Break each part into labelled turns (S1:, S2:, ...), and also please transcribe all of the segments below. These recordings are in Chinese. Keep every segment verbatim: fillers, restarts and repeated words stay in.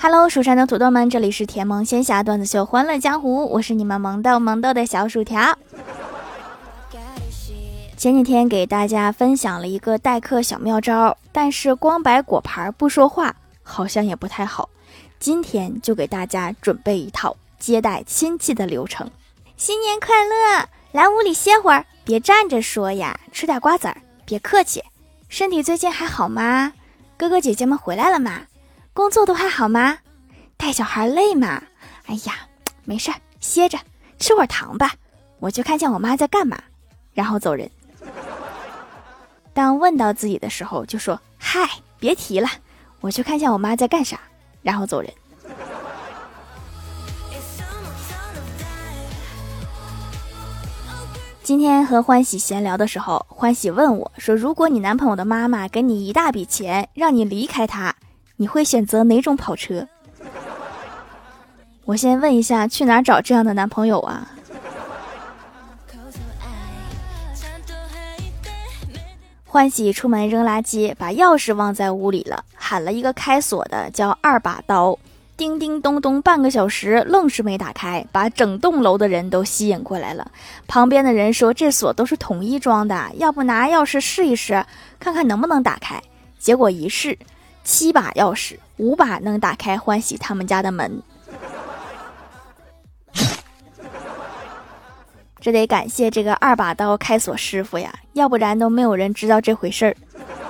S1: Hello， 蜀山的土豆们，这里是甜萌仙侠段子秀欢乐江湖，我是你们萌豆萌豆的小薯条。前几天给大家分享了一个待客小妙招，但是光摆果盘不说话好像也不太好。今天就给大家准备一套接待亲戚的流程。新年快乐，来屋里歇会儿，别站着说呀，吃点瓜子儿，别客气。身体最近还好吗？哥哥姐姐们回来了吗？工作都还好吗？带小孩累吗？哎呀，没事儿，歇着，吃会儿糖吧。我去看见我妈在干嘛，然后走人。当问到自己的时候，就说嗨，别提了，我去看见我妈在干啥，然后走人。今天和欢喜闲聊的时候，欢喜问我说，如果你男朋友的妈妈给你一大笔钱，让你离开他，你会选择哪种跑车？我先问一下，去哪儿找这样的男朋友啊？欢喜出门扔垃圾，把钥匙忘在屋里了，喊了一个开锁的叫二把刀，叮叮咚咚半个小时愣是没打开，把整栋楼的人都吸引过来了。旁边的人说，这锁都是统一装的，要不拿钥匙试一试，看看能不能打开。结果一试，七把钥匙，五把能打开欢喜他们家的门。这得感谢这个二把刀开锁师傅呀，要不然都没有人知道这回事儿。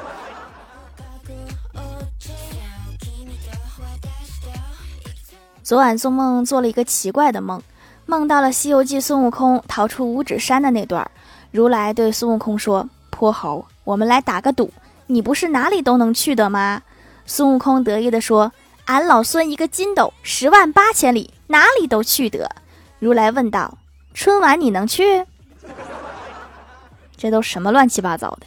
S1: 昨晚做梦做了一个奇怪的梦，梦到了《西游记》孙悟空逃出五指山的那段。如来对孙悟空说，泼猴，我们来打个赌，你不是哪里都能去的吗？孙悟空得意地说，俺老孙一个筋斗，十万八千里，哪里都去得。如来问道，春晚你能去？这都什么乱七八糟的。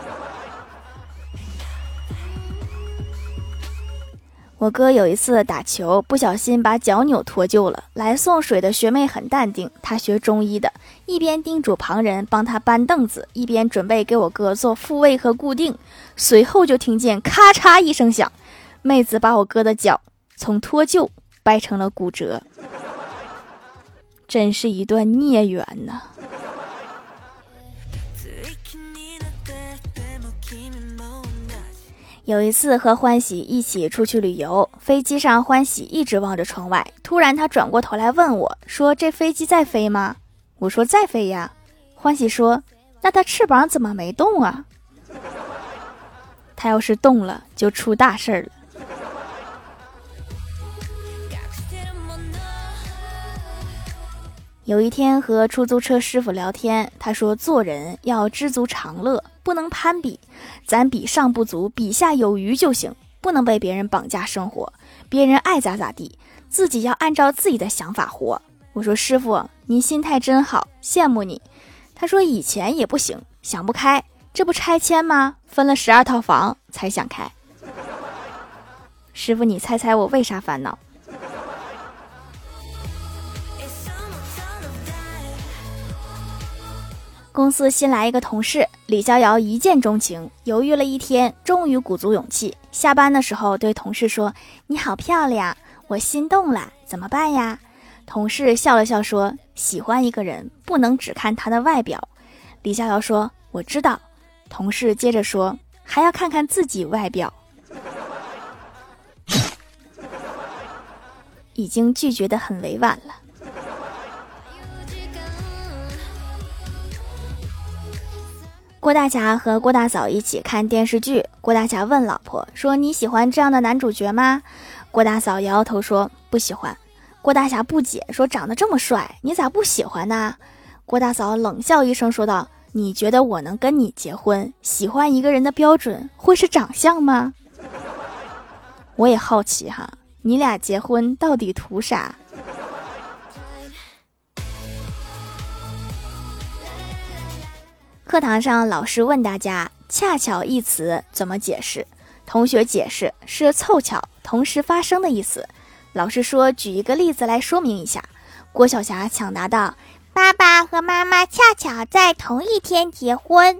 S1: 我哥有一次打球不小心把脚扭脱臼了，来送水的学妹很淡定，她学中医的，一边叮嘱旁人帮他搬凳子，一边准备给我哥做复位和固定。随后就听见咔嚓一声响，妹子把我哥的脚从脱臼掰成了骨折。真是一段孽缘呐！有一次和欢喜一起出去旅游，飞机上欢喜一直望着窗外，突然他转过头来问我说，这飞机在飞吗？我说在飞呀。欢喜说，那它翅膀怎么没动啊？它要是动了就出大事了。有一天和出租车师傅聊天，他说做人要知足常乐，不能攀比，咱比上不足，比下有余就行，不能被别人绑架生活，别人爱咋咋地，自己要按照自己的想法活。我说师傅，您心态真好，羡慕你。他说以前也不行，想不开，这不拆迁吗？分了十二套房才想开。师傅，你猜猜我为啥烦恼？公司新来一个同事，李逍遥一见钟情，犹豫了一天，终于鼓足勇气，下班的时候对同事说，你好漂亮，我心动了，怎么办呀？同事笑了笑说，喜欢一个人不能只看他的外表。李逍遥说，我知道。同事接着说，还要看看自己外表。已经拒绝得很委婉了。郭大侠和郭大嫂一起看电视剧，郭大侠问老婆说，你喜欢这样的男主角吗？郭大嫂摇摇头说，不喜欢。郭大侠不解说，长得这么帅，你咋不喜欢呢？郭大嫂冷笑一声说道，你觉得我能跟你结婚，喜欢一个人的标准会是长相吗？我也好奇哈，你俩结婚到底图啥？课堂上老师问大家，恰巧一词怎么解释？同学解释是凑巧同时发生的意思。老师说，举一个例子来说明一下。郭晓霞抢答道，爸爸和妈妈恰巧在同一天结婚。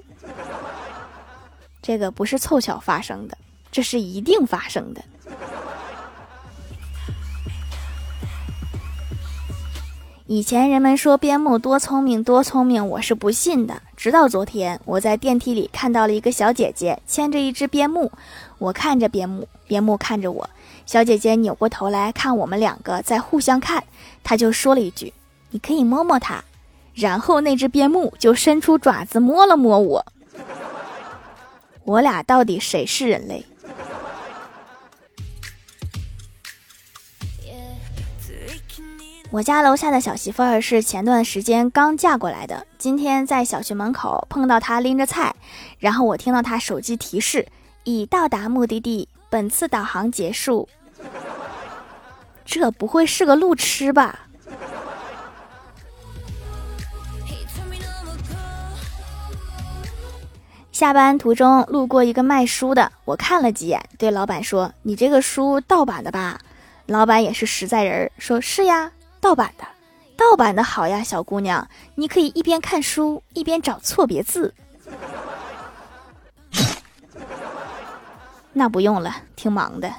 S1: 这个不是凑巧发生的，这是一定发生的。 以前人们说边牧多聪明多聪明，我是不信的。直到昨天，我在电梯里看到了一个小姐姐牵着一只边牧，我看着边牧，边牧看着我。小姐姐扭过头来看我们两个在互相看，她就说了一句：“你可以摸摸它。”然后那只边牧就伸出爪子摸了摸我。我俩到底谁是人类？我家楼下的小媳妇儿是前段时间刚嫁过来的，今天在小区门口碰到她拎着菜，然后我听到她手机提示已到达目的地，本次导航结束。这不会是个路痴吧？下班途中路过一个卖书的，我看了几眼，对老板说：“你这个书盗版的吧？”老板也是实在人，说：“是呀。”盗版的，盗版的好呀，小姑娘，你可以一边看书一边找错别字。那不用了，挺忙的。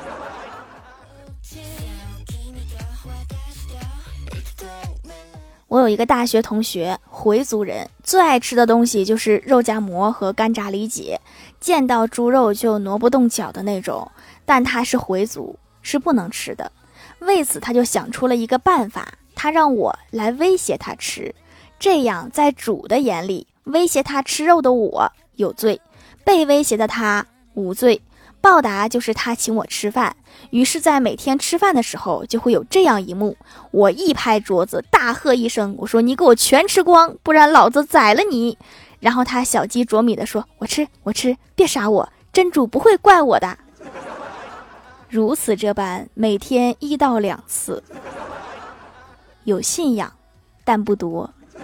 S1: 我有一个大学同学，回族人，最爱吃的东西就是肉夹馍和干炸里脊，见到猪肉就挪不动脚的那种，但他是回族，是不能吃的。为此他就想出了一个办法，他让我来威胁他吃，这样在主的眼里，威胁他吃肉的我有罪，被威胁的他无罪，报答就是他请我吃饭。于是在每天吃饭的时候就会有这样一幕，我一拍桌子大喝一声，我说：“你给我全吃光，不然老子宰了你。”然后他小鸡啄米的说：“我吃我吃，别杀我，真主不会怪我的。”如此这般，每天一到两次。有信仰，但不多。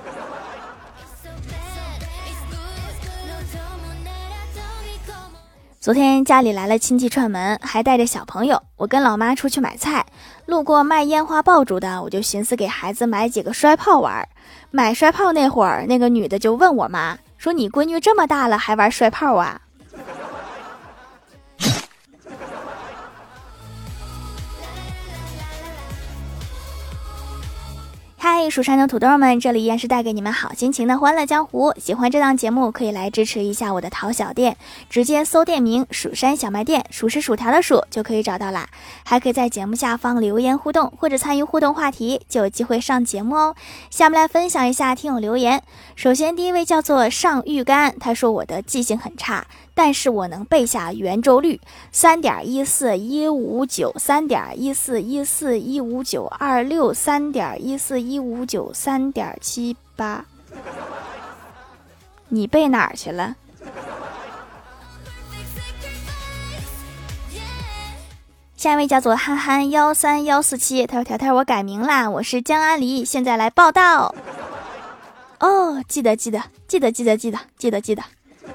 S1: 昨天家里来了亲戚串门，还带着小朋友，我跟老妈出去买菜，路过卖烟花爆竹的，我就寻思给孩子买几个摔炮玩。买摔炮那会儿，那个女的就问我妈说：“你闺女这么大了还玩摔炮啊？”嗨，蜀山的土豆们，这里依然是带给你们好心情的欢乐江湖。喜欢这档节目可以来支持一下我的淘小店，直接搜店名蜀山小卖店，数是薯条的数就可以找到啦。还可以在节目下方留言互动，或者参与互动话题，就有机会上节目哦。下面来分享一下听友留言。首先第一位叫做上玉干，他说我的记性很差，但是我能背下圆周率 三点一四一五九 三点一四一四一五九二六 三点一四一五九 三点七八。你背哪儿去了？下一位叫做憨憨一三一四七，他说条条我改名啦，我是江安黎，现在来报道。哦，记得记得记得记得记得记得记得。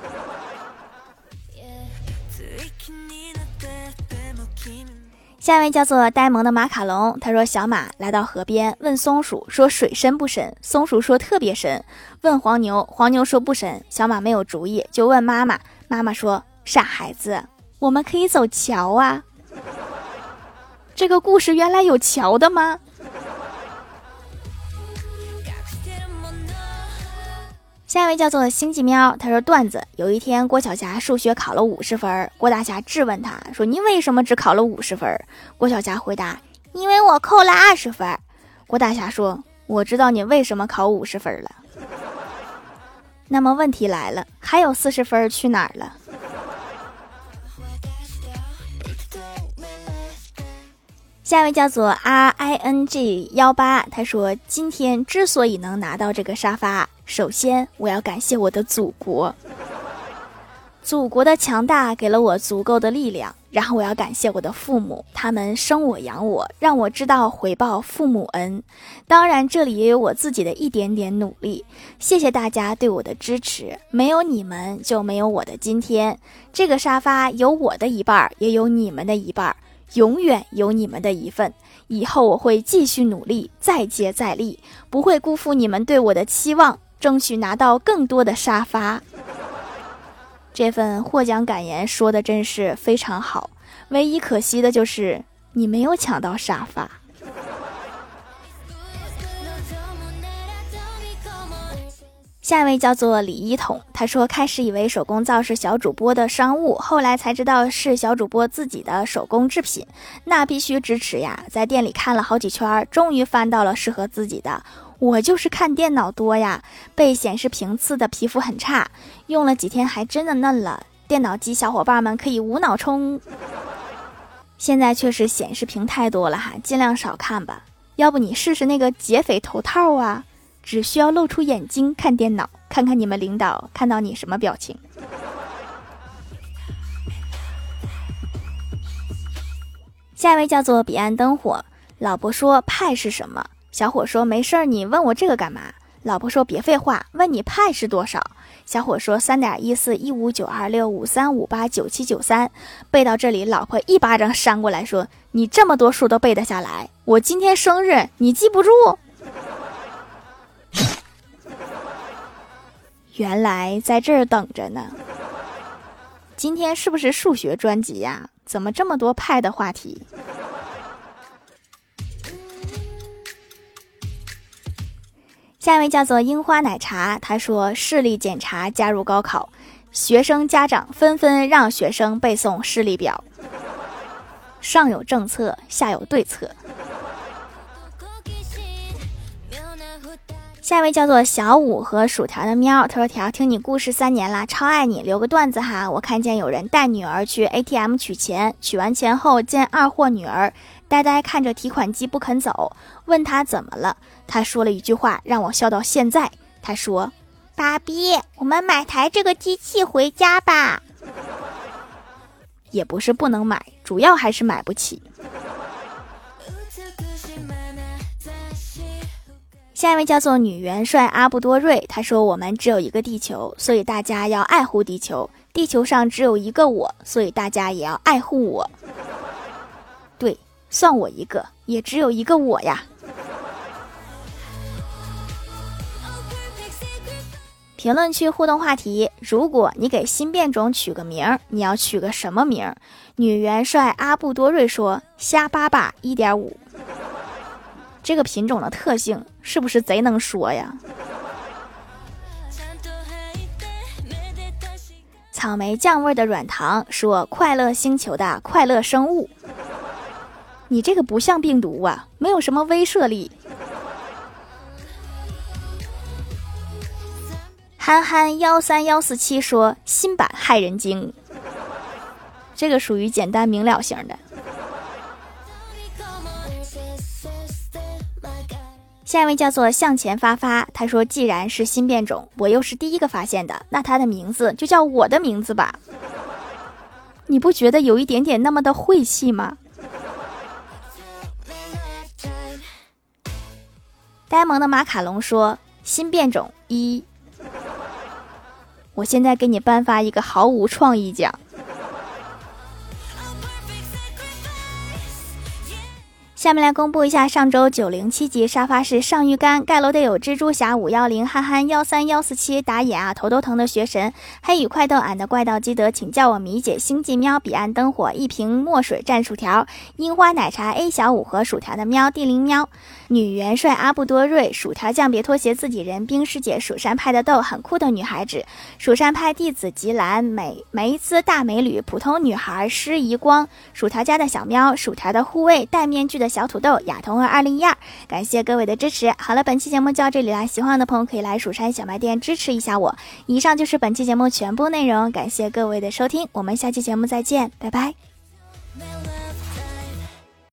S1: 下一位叫做呆萌的马卡龙，他说小马来到河边，问松鼠说水深不深，松鼠说特别深，问黄牛，黄牛说不深，小马没有主意，就问妈妈，妈妈说傻孩子，我们可以走桥啊。这个故事原来有桥的吗？下一位叫做星际喵，他说段子，有一天郭晓霞数学考了五十分，郭大侠质问他说你为什么只考了五十分？郭晓霞回答因为我扣了二十分。郭大侠说我知道你为什么考五十分了。那么问题来了，还有四十分去哪儿了？下一位叫做 R I N G 一八，他说今天之所以能拿到这个沙发，首先我要感谢我的祖国，祖国的强大给了我足够的力量，然后我要感谢我的父母，他们生我养我，让我知道回报父母恩。当然这里也有我自己的一点点努力，谢谢大家对我的支持，没有你们就没有我的今天。这个沙发有我的一半，也有你们的一半，永远有你们的一份。以后我会继续努力，再接再厉，不会辜负你们对我的期望，争取拿到更多的沙发。这份获奖感言说的真是非常好，唯一可惜的就是你没有抢到沙发。 下一位叫做李一统，他说开始以为手工皂是小主播的商务，后来才知道是小主播自己的手工制品，那必须支持呀！在店里看了好几圈，终于翻到了适合自己的。我就是看电脑多呀，被显示屏刺的皮肤很差，用了几天还真的嫩了。电脑机小伙伴们可以无脑冲。现在确实显示屏太多了哈，尽量少看吧。要不你试试那个劫匪头套啊，只需要露出眼睛看电脑，看看你们领导看到你什么表情。下一位叫做彼岸灯火，老婆说派是什么？小伙说没事儿，你问我这个干嘛？老婆说别废话，问你派是多少？小伙说三点一四一五九二六五三五八九七九三。背到这里，老婆一巴掌扇过来说，你这么多数都背得下来，我今天生日你记不住？原来在这儿等着呢。今天是不是数学专辑呀？怎么这么多派的话题？下一位叫做樱花奶茶，他说视力检查加入高考，学生家长纷纷让学生背诵视力表，上有政策下有对策。下一位叫做小五和薯条的喵，他说条听你故事三年啦，超爱你，留个段子哈。我看见有人带女儿去 A T M 取钱，取完钱后见二货女儿呆呆看着提款机不肯走，问他怎么了，他说了一句话让我笑到现在，他说爸比，我们买台这个机器回家吧。也不是不能买，主要还是买不起。下一位叫做女元帅阿布多瑞，他说我们只有一个地球，所以大家要爱护地球，地球上只有一个我，所以大家也要爱护我。对，算我一个，也只有一个我呀。评论区互动话题，如果你给新变种取个名，你要取个什么名？女元帅阿布多瑞说虾巴巴 一点五。这个品种的特性是不是贼能说呀？草莓酱味的软糖说快乐星球的快乐生物。你这个不像病毒啊，没有什么威慑力。憨憨一三一四七说新版害人精，这个属于简单明了型的。下一位叫做向前发发，他说既然是新变种，我又是第一个发现的，那他的名字就叫我的名字吧。你不觉得有一点点那么的晦气吗？呆萌的马卡龙说新变种一。我现在给你颁发一个毫无创意奖。下面来公布一下上周九零七级沙发是上玉干，盖楼的有蜘蛛侠五一零、憨憨一三一四七、打野啊头都疼的学神、黑羽快豆俺的怪盗基德，请叫我米姐、星际喵、彼岸灯火、一瓶墨水蘸薯条、樱花奶茶 A 小五和薯条的喵、地灵喵、女元帅阿布多瑞、薯条酱别拖鞋自己人、冰师姐、蜀山派的豆很酷的女孩子、蜀山派弟子吉兰、美梅兹大美女、普通女孩施怡光、薯条家的小喵、薯条的护卫、戴面具的小土豆、亚童儿二零一二，感谢各位的支持。好了，本期节目就到这里啦，喜欢的朋友可以来蜀山小卖店支持一下我。以上就是本期节目全部内容，感谢各位的收听，我们下期节目再见，拜拜。